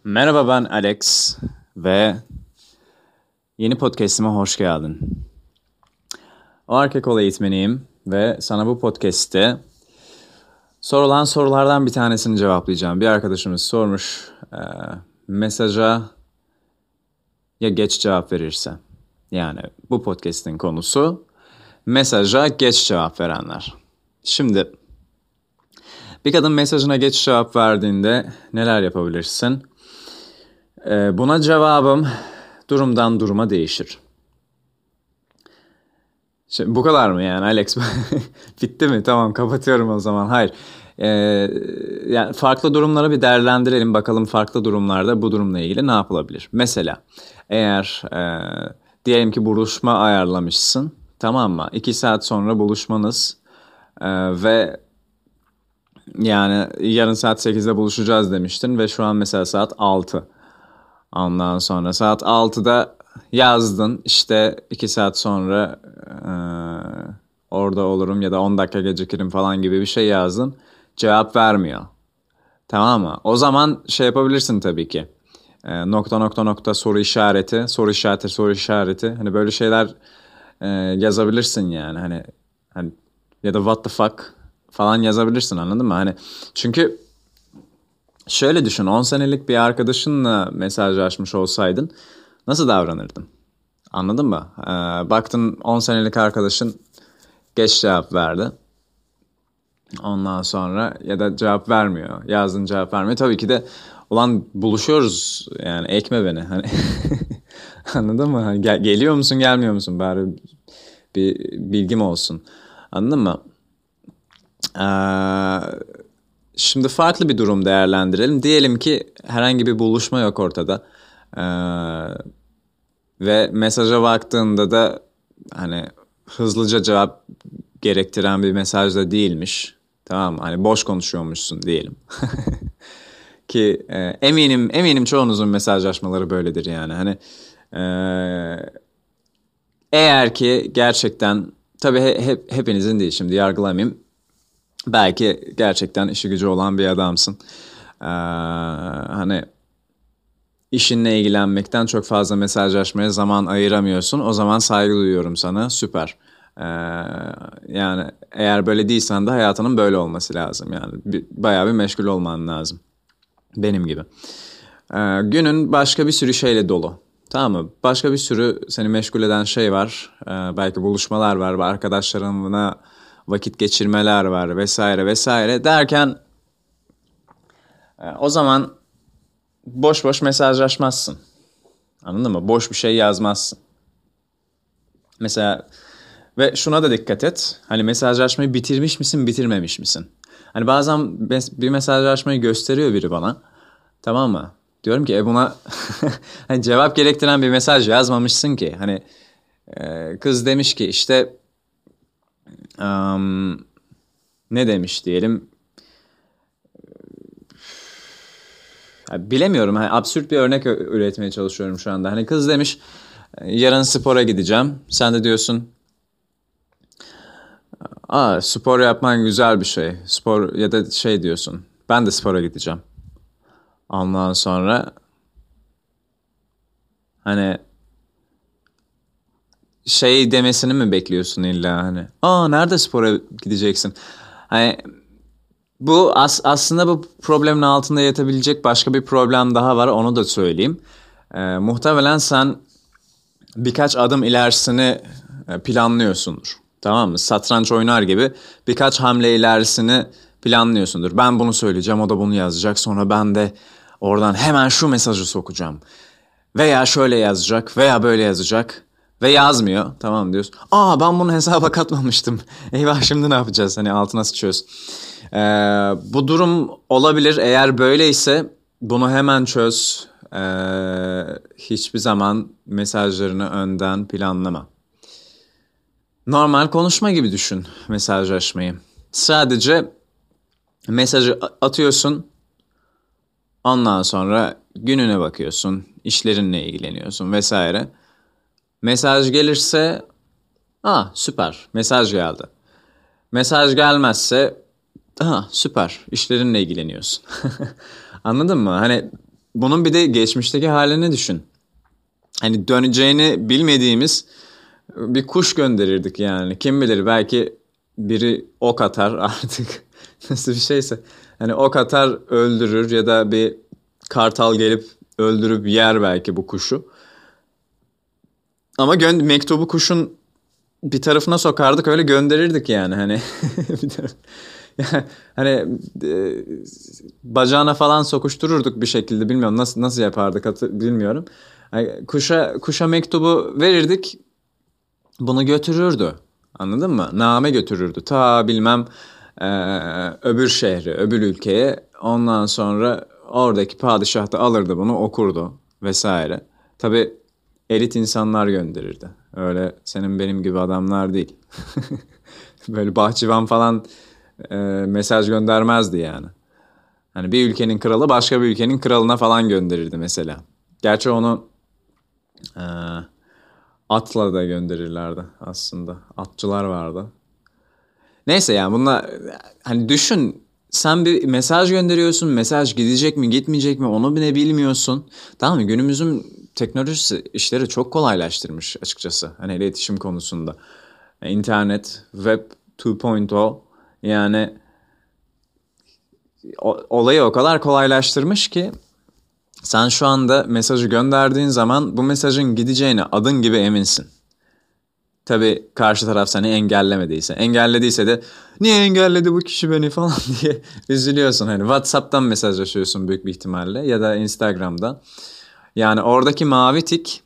Merhaba, ben Alex ve yeni podcast'ime hoş geldin. O erkek ol eğitmeniyim ve sana bu podcast'te sorulan sorulardan bir tanesini cevaplayacağım. Bir arkadaşımız sormuş, mesaja ya geç cevap verirse. Yani bu podcast'in konusu mesaja geç cevap verenler. Şimdi bir kadın mesajına geç cevap verdiğinde neler yapabilirsin? Buna cevabım durumdan duruma değişir. Şimdi bu kadar mı yani Alex? Bitti mi? Tamam, kapatıyorum o zaman. Hayır. Ee, Yani farklı durumları bir değerlendirelim. Bakalım farklı durumlarda bu durumla ilgili ne yapılabilir? Mesela eğer diyelim ki buluşma ayarlamışsın. Tamam mı? 2 saat sonra buluşmanız ve yani yarın saat 8'de buluşacağız demiştin ve şu an mesela saat 6. Ondan sonra saat 6'da yazdın, işte 2 saat sonra orada olurum ya da 10 dakika gecikirim falan gibi bir şey yazdın. Cevap vermiyor. Tamam mı? O zaman şey yapabilirsin tabii ki. Nokta nokta nokta soru işareti, soru işareti, soru işareti. Hani böyle şeyler yazabilirsin yani. Hani ya da what the fuck falan yazabilirsin, anladın mı? Hani çünkü şöyle düşün, 10 senelik bir arkadaşınla mesajlaşmış olsaydın nasıl davranırdın? Anladın mı? Baktın 10 senelik arkadaşın geç cevap verdi. Ondan sonra ya da cevap vermiyor. Yazdın, cevap vermiyor. Tabii ki de ulan buluşuyoruz yani, ekme beni. Hani anladın mı? Hani geliyor musun, gelmiyor musun? Bari bir bilgim olsun. Anladın mı? Ee, Şimdi farklı bir durum değerlendirelim. Diyelim ki herhangi bir buluşma yok ortada. Ee, Ve mesaja baktığında da hani hızlıca cevap gerektiren bir mesaj da değilmiş. Tamam mı? Hani boş konuşuyormuşsun diyelim. Ki eminim çoğunuzun mesajlaşmaları böyledir yani. Hani e, eğer ki gerçekten tabii hepinizin değil, şimdi yargılamayayım. Belki gerçekten işi gücü olan bir adamsın. Hani işinle ilgilenmekten çok fazla mesajlaşmaya zaman ayıramıyorsun. O zaman saygı duyuyorum sana. Süper. Ee, Yani eğer böyle değilsen de hayatının böyle olması lazım. Yani bayağı bir meşgul olman lazım. Benim gibi. Günün başka bir sürü şeyle dolu. Tamam mı? Başka bir sürü seni meşgul eden şey var. Belki buluşmalar var. Arkadaşlarınla vakit geçirmeler var vesaire vesaire derken o zaman boş boş mesajlaşmazsın. Anladın mı? Boş bir şey yazmazsın. Mesela ve şuna da dikkat et. Hani mesajlaşmayı bitirmiş misin, bitirmemiş misin? Hani bazen bir mesajlaşmayı gösteriyor biri bana. Tamam mı? Diyorum ki buna hani cevap gerektiren bir mesaj yazmamışsın ki. Hani kız demiş ki işte ne demiş diyelim. Ya bilemiyorum. Hani absürt bir örnek üretmeye çalışıyorum şu anda. Hani kız demiş yarın spora gideceğim. Sen de diyorsun spor yapman güzel bir şey. Spor ya da şey diyorsun. Ben de spora gideceğim. Ondan sonra hani şey demesini mi bekliyorsun illa hani? Nerede spora gideceksin? Hani bu aslında bu problemin altında yatabilecek başka bir problem daha var. Onu da söyleyeyim. Muhtemelen sen birkaç adım ilerisini planlıyorsundur. Tamam mı? Satranç oynar gibi birkaç hamle ilerisini planlıyorsundur. Ben bunu söyleyeceğim, o da bunu yazacak. Sonra ben de oradan hemen şu mesajı sokacağım. Veya şöyle yazacak veya böyle yazacak. Ve yazmıyor. Tamam diyorsun. Ben bunu hesaba katmamıştım. Eyvah, şimdi ne yapacağız? Hani altına sıçıyoruz. Bu durum olabilir. Eğer böyleyse bunu hemen çöz. Hiçbir zaman mesajlarını önden planlama. Normal konuşma gibi düşün mesajlaşmayı. Sadece mesajı atıyorsun. Ondan sonra gününe bakıyorsun. İşlerinle ilgileniyorsun vesaire. Mesaj gelirse süper, mesaj geldi. Mesaj gelmezse süper, işlerinle ilgileniyorsun. Anladın mı? Hani bunun bir de geçmişteki halini düşün. Hani döneceğini bilmediğimiz bir kuş gönderirdik yani. Kim bilir, belki biri ok atar artık nasıl bir şeyse. Hani ok atar, öldürür ya da bir kartal gelip öldürüp yer belki bu kuşu. Ama mektubu kuşun bir tarafına sokardık, öyle gönderirdik yani hani. Hani bacağına falan sokuştururduk bir şekilde, bilmiyorum nasıl yapardık bilmiyorum. Yani kuşa mektubu verirdik, bunu götürürdü. Anladın mı? Name götürürdü. Ta bilmem öbür şehre, öbür ülkeye. Ondan sonra oradaki padişah da alırdı bunu, okurdu vesaire. Tabii elit insanlar gönderirdi. Öyle senin benim gibi adamlar değil. Böyle bahçıvan falan mesaj göndermezdi yani. Hani bir ülkenin kralı başka bir ülkenin kralına falan gönderirdi mesela. Gerçi onu e, atla da gönderirlerdi aslında. Atçılar vardı. Neyse yani bunlar, hani düşün, sen bir mesaj gönderiyorsun. Mesaj gidecek mi gitmeyecek mi onu bile bilmiyorsun. Tamam mı? Günümüzün teknolojisi işleri çok kolaylaştırmış açıkçası. Hani iletişim konusunda. İnternet, Web 2.0 yani olayı o kadar kolaylaştırmış ki sen şu anda mesajı gönderdiğin zaman bu mesajın gideceğine adın gibi eminsin. Tabii karşı taraf seni engellemediyse. Engellediyse de niye engelledi bu kişi beni falan diye üzülüyorsun. Hani WhatsApp'tan mesajlaşıyorsun büyük bir ihtimalle ya da Instagram'dan. Yani oradaki mavi tik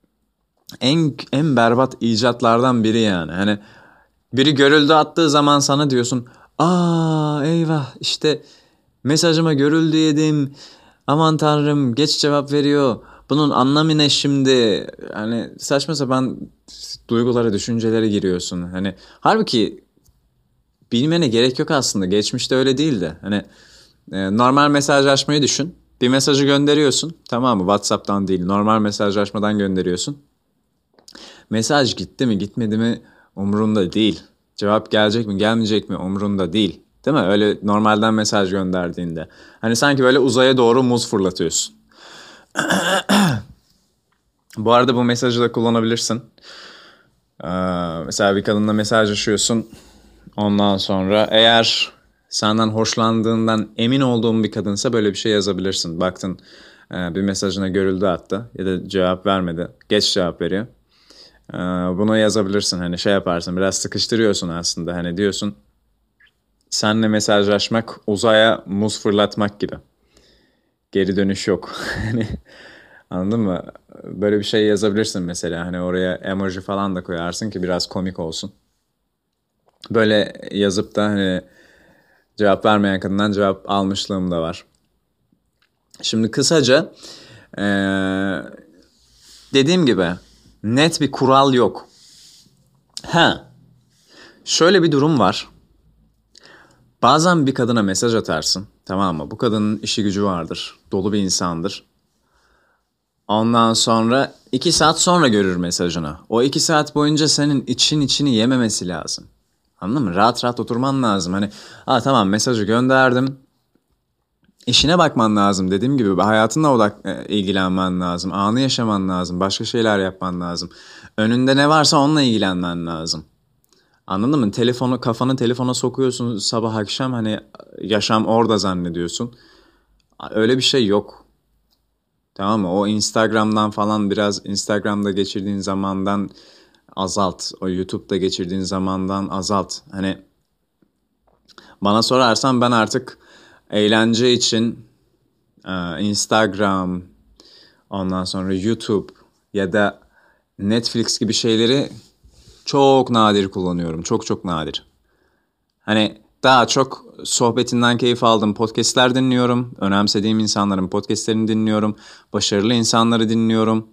en berbat icatlardan biri yani. Hani biri görüldü attığı zaman sana diyorsun, aa eyvah işte mesajıma görüldü yedim. Aman tanrım, geç cevap veriyor. Bunun anlamı ne şimdi? Hani saçma sapan duygulara, düşüncelere giriyorsun. Hani halbuki bilmene gerek yok aslında. Geçmişte öyle değildi. Hani normal mesajlaşmayı düşün. Bir mesajı gönderiyorsun. Tamam mı? WhatsApp'tan değil. Normal mesajlaşmadan gönderiyorsun. Mesaj gitti mi gitmedi mi umurunda değil. Cevap gelecek mi gelmeyecek mi umurunda değil. Değil mi? Öyle normalden mesaj gönderdiğinde. Hani sanki böyle uzaya doğru muz fırlatıyorsun. Bu arada bu mesajı da kullanabilirsin. Mesela bir kadınla mesajlaşıyorsun. Ondan sonra eğer senden hoşlandığından emin olduğun bir kadınsa böyle bir şey yazabilirsin. Baktın bir mesajına görüldü attı ya da cevap vermedi. Geç cevap veriyor. Bunu yazabilirsin. Hani şey yaparsın, biraz sıkıştırıyorsun aslında. Hani diyorsun, seninle mesajlaşmak uzaya muz fırlatmak gibi. Geri dönüş yok. Hani anladın mı? Böyle bir şey yazabilirsin mesela. Hani oraya emoji falan da koyarsın ki biraz komik olsun. Böyle yazıp da hani cevap vermeyen kadından cevap almışlığım da var. Şimdi kısaca dediğim gibi net bir kural yok. Şöyle bir durum var. Bazen bir kadına mesaj atarsın, tamam mı? Bu kadının işi gücü vardır, dolu bir insandır. Ondan sonra 2 saat sonra görür mesajını. O 2 saat boyunca senin içini yememesi lazım. Anladın mı? Rahat rahat oturman lazım. Hani tamam, mesajı gönderdim. İşine bakman lazım. Dediğim gibi hayatınla ilgilenmen lazım. Anı yaşaman lazım. Başka şeyler yapman lazım. Önünde ne varsa onunla ilgilenmen lazım. Anladın mı? Kafanı telefona sokuyorsun sabah akşam, hani yaşam orada zannediyorsun. Öyle bir şey yok. Tamam mı? O Instagram'dan falan, biraz Instagram'da geçirdiğin zamandan azalt. O YouTube'da geçirdiğin zamandan azalt. Hani bana sorarsan ben artık eğlence için Instagram, ondan sonra YouTube ya da Netflix gibi şeyleri çok nadir kullanıyorum. Çok çok nadir. Hani daha çok sohbetinden keyif aldığım podcastler dinliyorum. Önemsediğim insanların podcastlerini dinliyorum. Başarılı insanları dinliyorum.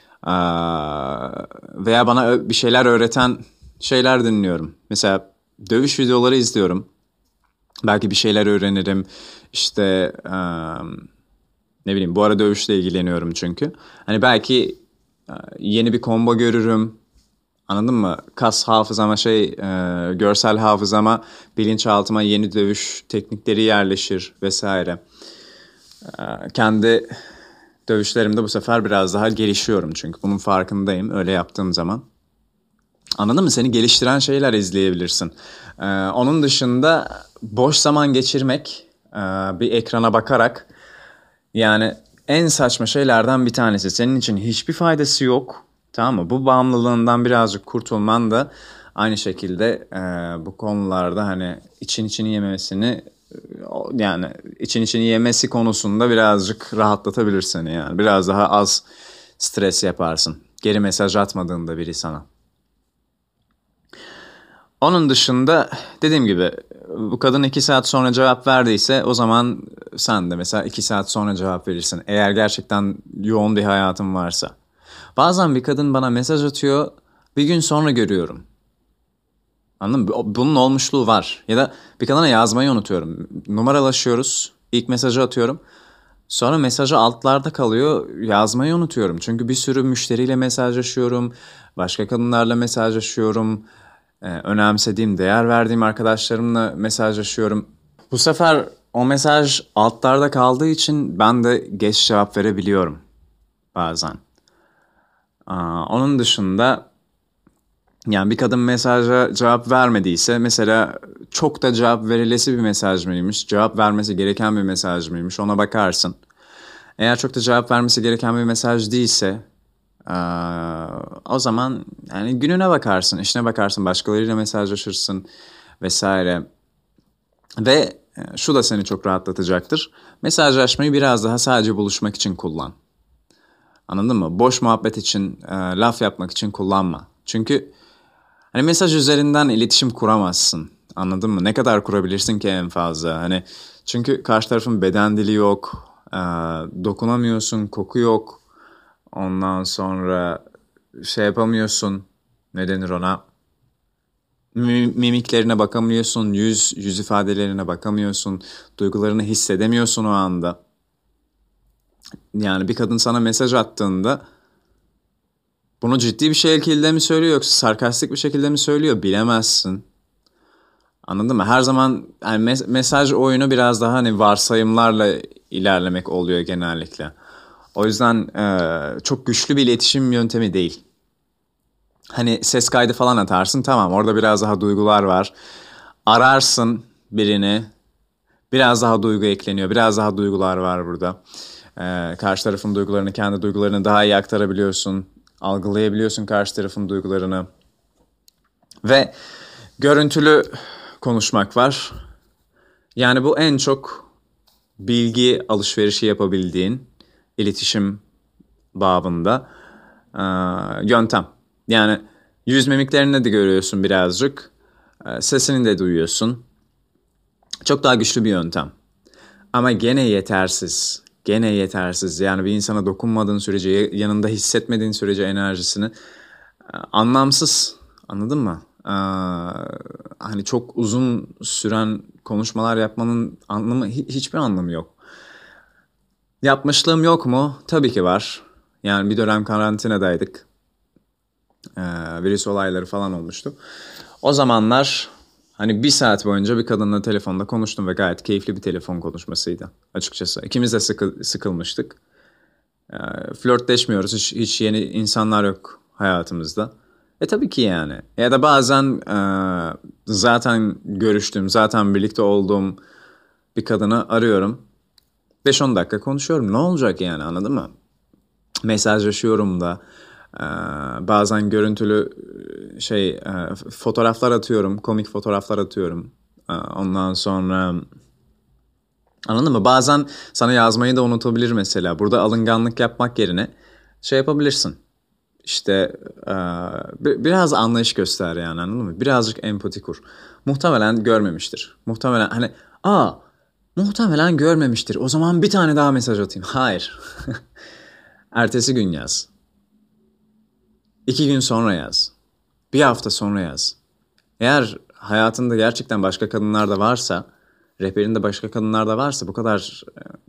Veya bana bir şeyler öğreten şeyler dinliyorum. Mesela dövüş videoları izliyorum. Belki bir şeyler öğrenirim. İşte ne bileyim, bu ara dövüşle ilgileniyorum çünkü. Hani belki yeni bir combo görürüm. Anladın mı? Kas hafızama görsel hafızama, bilinçaltıma yeni dövüş teknikleri yerleşir vesaire. Kendi Dövüşlerimde bu sefer biraz daha gelişiyorum çünkü bunun farkındayım öyle yaptığım zaman. Anladın mı? Seni geliştiren şeyler izleyebilirsin. Onun dışında boş zaman geçirmek, bir ekrana bakarak yani en saçma şeylerden bir tanesi. Senin için hiçbir faydası yok. Tamam mı? Bu bağımlılığından birazcık kurtulman da aynı şekilde bu konularda hani içini yemesini yani içini yemesi konusunda birazcık rahatlatabilir seni yani. Biraz daha az stres yaparsın. Geri mesaj atmadığında biri sana. Onun dışında dediğim gibi bu kadın 2 saat sonra cevap verdiyse o zaman sen de mesela 2 saat sonra cevap verirsin. Eğer gerçekten yoğun bir hayatın varsa. Bazen bir kadın bana mesaj atıyor, bir gün sonra görüyorum. Anladın mı? Bunun olmuşluğu var. Ya da bir kadına yazmayı unutuyorum. Numaralaşıyoruz, ilk mesajı atıyorum. Sonra mesajı altlarda kalıyor, yazmayı unutuyorum. Çünkü bir sürü müşteriyle mesajlaşıyorum, başka kadınlarla mesajlaşıyorum. Önemsediğim, değer verdiğim arkadaşlarımla mesajlaşıyorum. Bu sefer o mesaj altlarda kaldığı için ben de geç cevap verebiliyorum bazen. Onun dışında yani bir kadın mesaja cevap vermediyse mesela çok da cevap verilesi bir mesaj mıymış, cevap vermesi gereken bir mesaj mıymış ona bakarsın. Eğer çok da cevap vermesi gereken bir mesaj değilse o zaman yani gününe bakarsın, işine bakarsın, başkalarıyla mesajlaşırsın vesaire. Ve şu da seni çok rahatlatacaktır. Mesajlaşmayı biraz daha sadece buluşmak için kullan. Anladın mı? Boş muhabbet için, laf yapmak için kullanma. Çünkü hani mesaj üzerinden iletişim kuramazsın. Anladın mı? Ne kadar kurabilirsin ki en fazla? Hani çünkü karşı tarafın beden dili yok, dokunamıyorsun, koku yok. Ondan sonra şey yapamıyorsun. Ne denir ona? Mimiklerine bakamıyorsun, yüz ifadelerine bakamıyorsun, duygularını hissedemiyorsun o anda. Yani bir kadın sana mesaj attığında bunu ciddi bir şekilde mi söylüyor yoksa sarkastik bir şekilde mi söylüyor bilemezsin. Anladın mı? Her zaman yani mesaj oyunu biraz daha hani varsayımlarla ilerlemek oluyor genellikle. O yüzden çok güçlü bir iletişim yöntemi değil. Hani ses kaydı falan atarsın, tamam, orada biraz daha duygular var. Ararsın birini, biraz daha duygu ekleniyor, biraz daha duygular var burada. Karşı tarafın duygularını, kendi duygularını daha iyi aktarabiliyorsun. Algılayabiliyorsun karşı tarafın duygularını. Ve görüntülü konuşmak var. Yani bu en çok bilgi alışverişi yapabildiğin iletişim babında yöntem. Yani yüz mimiklerini de görüyorsun birazcık. Sesini de duyuyorsun. Çok daha güçlü bir yöntem. Ama gene yetersiz. Gene yetersiz. Yani bir insana dokunmadığın sürece, yanında hissetmediğin sürece enerjisini anlamsız. Anladın mı? Hani çok uzun süren konuşmalar yapmanın hiçbir anlamı yok. Yapmışlığım yok mu? Tabii ki var. Yani bir dönem karantinadaydık. Virüs olayları falan olmuştu. O zamanlar hani 1 saat boyunca bir kadınla telefonda konuştum ve gayet keyifli bir telefon konuşmasıydı açıkçası. İkimiz de sıkılmıştık. Flörtleşmiyoruz. Hiç yeni insanlar yok hayatımızda. Tabii ki yani. Ya da bazen zaten görüştüğüm, zaten birlikte olduğum bir kadını arıyorum. 5-10 dakika konuşuyorum. Ne olacak yani, anladın mı? Mesajlaşıyorum da. Bazen görüntülü fotoğraflar atıyorum. Komik fotoğraflar atıyorum. Ondan sonra anladın mı? Bazen sana yazmayı da unutabilir mesela. Burada alınganlık yapmak yerine şey yapabilirsin. İşte biraz anlayış göster yani, anladın mı? Birazcık empati kur. Muhtemelen görmemiştir. Muhtemelen hani muhtemelen görmemiştir. O zaman bir tane daha mesaj atayım. Hayır. Ertesi gün yaz. 2 gün sonra yaz. 1 hafta sonra yaz. Eğer hayatında gerçekten başka kadınlar da varsa, rehberinde başka kadınlar da varsa bu kadar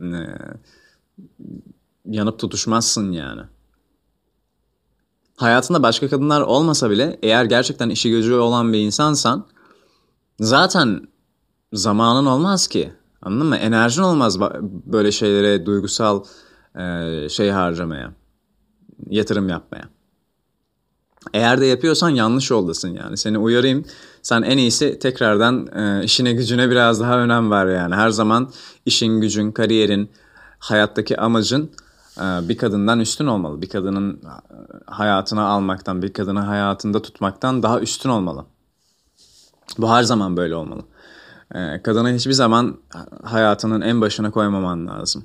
yanıp tutuşmazsın yani. Hayatında başka kadınlar olmasa bile eğer gerçekten işi gücü olan bir insansan zaten zamanın olmaz ki. Anladın mı? Enerjin olmaz böyle şeylere, duygusal şey harcamaya, yatırım yapmaya. Eğer de yapıyorsan yanlış yoldasın yani. Seni uyarayım. Sen en iyisi tekrardan işine gücüne biraz daha önem ver yani. Her zaman işin, gücün, kariyerin, hayattaki amacın bir kadından üstün olmalı. Bir kadının hayatını almaktan, bir kadını hayatında tutmaktan daha üstün olmalı. Bu her zaman böyle olmalı. Kadını hiçbir zaman hayatının en başına koymaman lazım.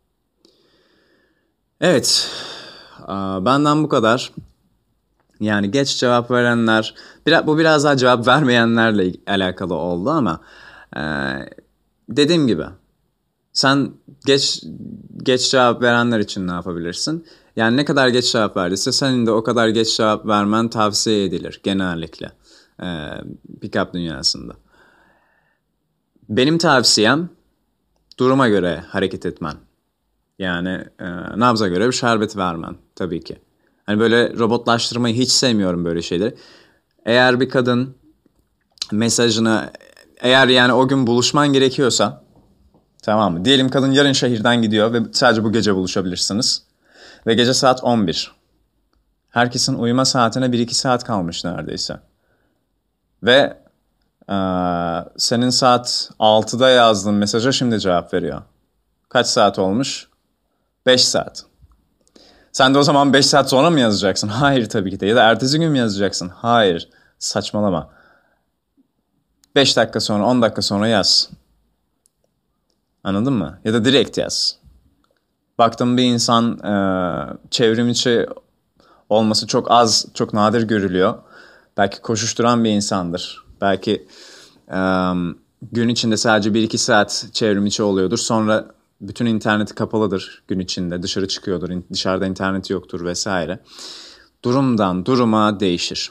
Evet, benden bu kadar. Yani geç cevap verenler, bu biraz daha cevap vermeyenlerle alakalı oldu ama dediğim gibi sen geç cevap verenler için ne yapabilirsin? Yani ne kadar geç cevap verdiyse senin de o kadar geç cevap vermen tavsiye edilir genellikle pick-up dünyasında. Benim tavsiyem duruma göre hareket etmen. Yani nabza göre bir şerbet vermen tabii ki. Hani böyle robotlaştırmayı hiç sevmiyorum böyle şeyleri. Eğer bir kadın mesajını, eğer yani o gün buluşman gerekiyorsa, tamam mı? Diyelim kadın yarın şehirden gidiyor ve sadece bu gece buluşabilirsiniz. Ve gece saat 11. Herkesin uyuma saatine 1-2 saat kalmış neredeyse. Ve senin saat 6'da yazdığın mesaja şimdi cevap veriyor. Kaç saat olmuş? 5 saat. Sen de o zaman 5 saat sonra mı yazacaksın? Hayır tabii ki de. Ya da ertesi gün mü yazacaksın? Hayır. Saçmalama. 5 dakika sonra, 10 dakika sonra yaz. Anladın mı? Ya da direkt yaz. Baktım bir insan çevrim içi olması çok az, çok nadir görülüyor. Belki koşuşturan bir insandır. Belki gün içinde sadece 1-2 saat çevrim içi oluyordur. Sonra bütün interneti kapalıdır gün içinde. Dışarı çıkıyordur. Dışarıda interneti yoktur vesaire. Durumdan duruma değişir.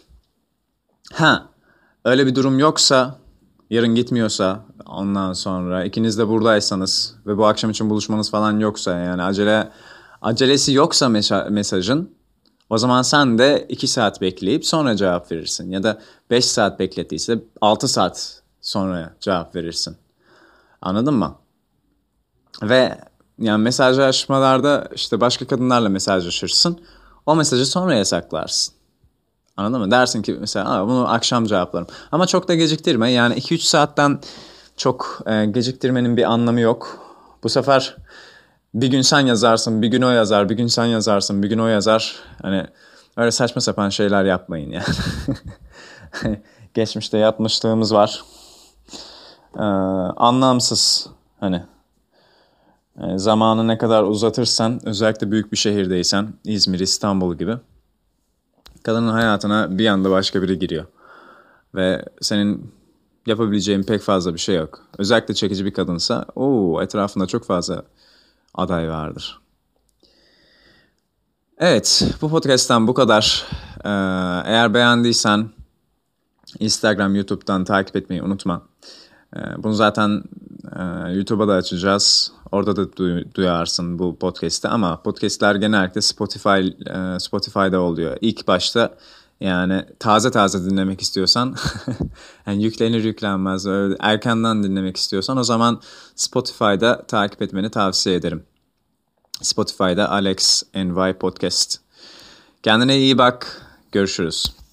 Öyle bir durum yoksa, yarın gitmiyorsa, ondan sonra ikiniz de buradaysanız ve bu akşam için buluşmanız falan yoksa, yani acelesi yoksa mesajın, o zaman sen de 2 saat bekleyip sonra cevap verirsin. Ya da 5 saat beklettiyse 6 saat sonra cevap verirsin. Anladın mı? Ve yani mesajlaşmalarda işte başka kadınlarla mesajlaşırsın. O mesajı sonra yasaklarsın. Anladın mı? Dersin ki mesela bunu akşam cevaplarım. Ama çok da geciktirme. Yani 2-3 saatten çok geciktirmenin bir anlamı yok. Bu sefer bir gün sen yazarsın, bir gün o yazar, bir gün sen yazarsın, bir gün o yazar. Hani öyle saçma sapan şeyler yapmayın yani. Geçmişte yapmışlığımız var. Anlamsız hani. Zamanı ne kadar uzatırsan, özellikle büyük bir şehirdeysen, İzmir, İstanbul gibi, kadının hayatına bir anda başka biri giriyor. Ve senin yapabileceğin pek fazla bir şey yok. Özellikle çekici bir kadınsa, etrafında çok fazla aday vardır. Evet, bu podcast'tan bu kadar. Eğer beğendiysen Instagram, YouTube'dan takip etmeyi unutma. Bunu zaten YouTube'a da açacağız. Orada da duyarsın bu podcast'te, ama podcast'ler genellikle Spotify'da oluyor. İlk başta yani taze dinlemek istiyorsan yani yüklenir yüklenmez öyle erkenden dinlemek istiyorsan o zaman Spotify'da takip etmeni tavsiye ederim. Spotify'da Alex NY Podcast. Kendine iyi bak. Görüşürüz.